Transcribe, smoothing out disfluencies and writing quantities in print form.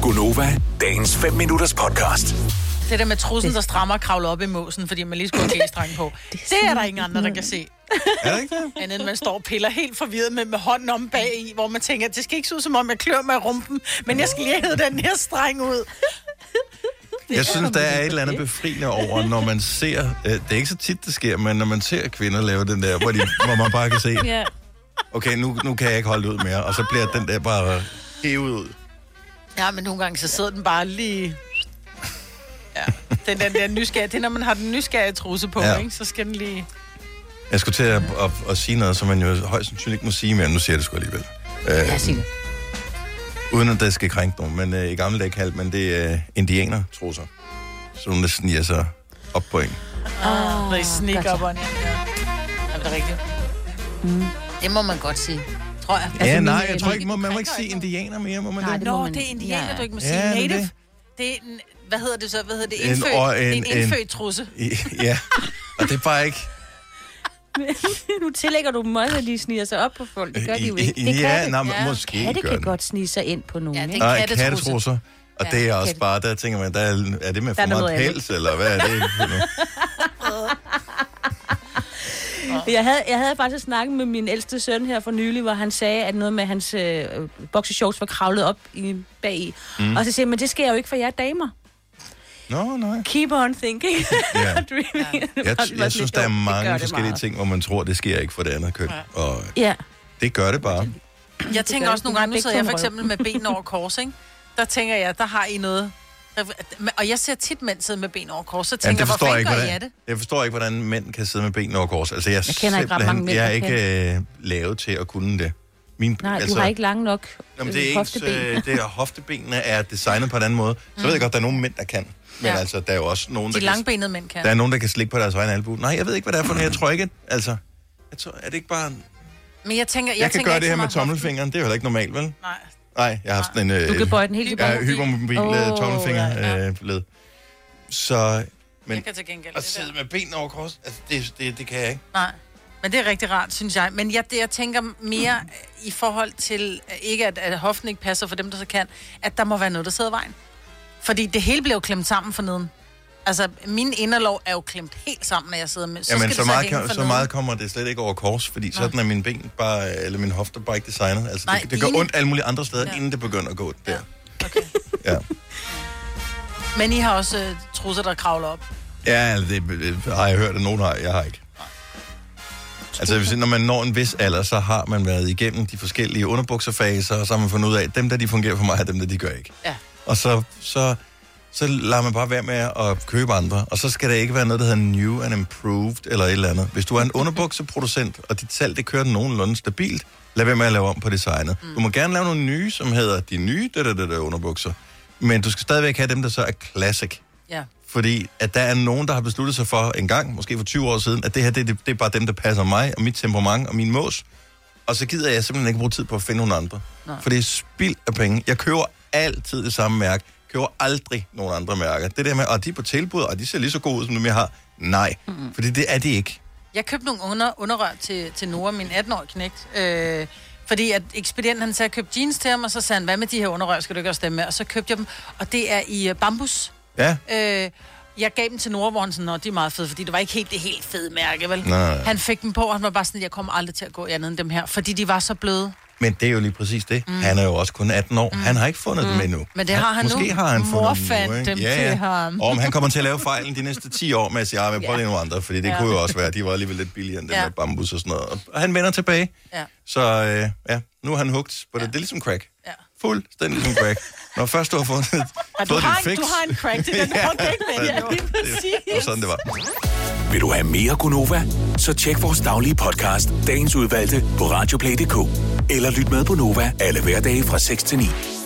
Gunova, dagens 5 minutters podcast. Det der med trussen, der strammer og kravler op i måsen, fordi man lige skulle have g-streng på. Det er der ingen andre, der kan se. Er det ikke det? Andet end man står og piller helt forvirret med hånden om bag i, hvor man tænker, det skal ikke se ud som om, jeg klør med rumpen, men jeg skal lige have den her streng ud. Jeg synes, der er et eller andet befriende over, når man ser, det er ikke så tit, det sker, men når man ser kvinder lave den der, hvor man bare kan se, okay, nu kan jeg ikke holde det ud mere, og så bliver den der bare hævet ud. Ja, men nogle gange så sidder den bare lige... Ja, den der nysgerrige, det er, når man har den nysgerrige trusse på, ikke? Så skal den lige... Jeg skulle til at sige noget, som man jo højst sandsynligt ikke må sige, men nu siger jeg det sgu alligevel. Ja, sig det. Uden at det skal krænke nogen, men i gamle dage kaldte man det indianer-trusser. Så nogle, der sniger sig op på en. They sneak up on you. Er det rigtigt? Det må man godt sige, tror jeg. Ja, nej, jeg tror ikke, man må ikke sige indianer mere, må man det? Nå, det er indianer, du ikke må sige. Native, det er en, hvad hedder det så? Hvad hedder det? En indfødt trusse. Ja, og det er bare ikke... Nu tillægger du dem også, at de sniger sig op på folk. Det gør de jo ikke. Det ja, nej, måske katte kan godt snige sig ind på nogen, ikke? Nej, kattetrusser. Og det er også bare, der tænker man, er det med for meget pels, eller hvad er det? Jeg havde faktisk snakket med min ældste søn her for nylig, hvor han sagde, at noget med hans boxershorts var kravlet op bagi. Og så siger han, men det sker jo ikke for jer damer. Nej. Keep on thinking. Jeg synes, der er mange forskellige ting, hvor man tror, det sker ikke for det andet køn. Og det gør det bare. Jeg tænker også nogle gange, nu sidder jeg for eksempel med ben over kors, ikke? Der tænker jeg, der har I noget... Og jeg ser tit mænd sidde med ben over kors, så tænker jeg, hvor fanden gør I af det? Jeg forstår ikke, hvordan mænd kan sidde med ben over kors. Altså, jeg kender ikke ret mange mænd, jeg er ikke lavet til at kunne det. Du har ikke lange nok hofteben. Hoftebenene er designet på en anden måde. Så ved jeg godt, der er nogle mænd, der kan. Men altså, der er jo også nogen, der langbenede mænd kan. Der er nogen, der kan slikke på deres egen albu. Nej, jeg ved ikke, hvad det er for noget. Jeg tror ikke, altså... er det ikke bare... Men jeg tænker kan gøre det her med tommelfingeren. Det er jo heller ikke normalt, vel? Nej, jeg har haft sådan en... Du kan bøje den helt tilbage. Ja, hypermobil tommelfinger-led. Så... Men kan til gengæld at sidde med benene over kors, altså, det kan jeg ikke. Nej. Men det er rigtig rart, synes jeg. Men jeg tænker mere i forhold til, ikke at hoften ikke passer for dem, der så kan, at der må være noget, der sidder i vejen. Fordi det hele bliver jo klemt sammen forneden. Altså, min inderlov er jo klemt helt sammen, når jeg sidder med. Men så meget kommer det slet ikke over kors, fordi sådan er mine ben bare, eller min hofter bare ikke designet. Altså, det gør ondt alle mulige andre steder, inden det begynder at gå der. Okay. Ja. Men I har også trusser, der kravler op. Ja, det har jeg hørt, at nogen har. Jeg har ikke. Altså, når man når en vis alder, så har man været igennem de forskellige underbukserfaser, og så har man fundet ud af, at dem, der de fungerer for mig, er dem, der de gør ikke. Ja. Og så lader man bare være med at købe andre, og så skal det ikke være noget, der hedder new and improved, eller et eller andet. Hvis du er en underbukserproducent, og dit salg, det kører nogenlunde stabilt, lad være med at lave om på designet. Du må gerne lave nogle nye, som hedder de nye underbukser, men du skal stadigvæk have dem, der så er classic. Ja. Fordi at der er nogen, der har besluttet sig for en gang, måske for 20 år siden, at det her, det er bare dem, der passer mig, og mit temperament, og min mås. Og så gider jeg simpelthen ikke bruge tid på at finde nogle andre. Nej. For det er spild af penge. Jeg køber altid det samme mærke. Køber aldrig nogen andre mærker. Det der med, at de er på tilbud, og de ser lige så gode ud, som dem jeg har. Nej, fordi det er de ikke. Jeg købte nogle underrør til Nora, min 18-årige knægt. Fordi at ekspedienten, han sagde, køb jeans til ham, og så sagde han, hvad med de her underrør, skal du ikke også stemme med? Og så købte jeg dem, og det er i bambus. Ja. Jeg gav dem til Nora, hvor han sådan, de er meget fede, fordi det var ikke helt det helt fede mærke, vel? Nej. Han fik dem på, og han var bare sådan, jeg kommer aldrig til at gå i andet end dem her, fordi de var så bløde. Men det er jo lige præcis det. Han er jo også kun 18 år. Han har ikke fundet dem endnu. Men det har han nu. Måske har han fundet dem nu, dem til ham. Og om han kommer til at lave fejlen de næste 10 år med at sige, jeg prøver lige nogle andre, fordi det kunne jo også være, de var alligevel lidt billigere end den med bambus og sådan noget. Og han vender tilbage. Ja. Så nu er han hugt på det. Det er ligesom crack. Ja. Fuldstændig ligesom crack. Når først du har fået dit fix. Du har en crack, det er den ikke med. Ja, lige præcis. Det var sådan, det var. Vil du have mere Gunova? Så tjek vores daglige podcast, dagens udvalgte, på radioplay.dk. Eller lyt med på Nova alle hverdage fra 6 til 9.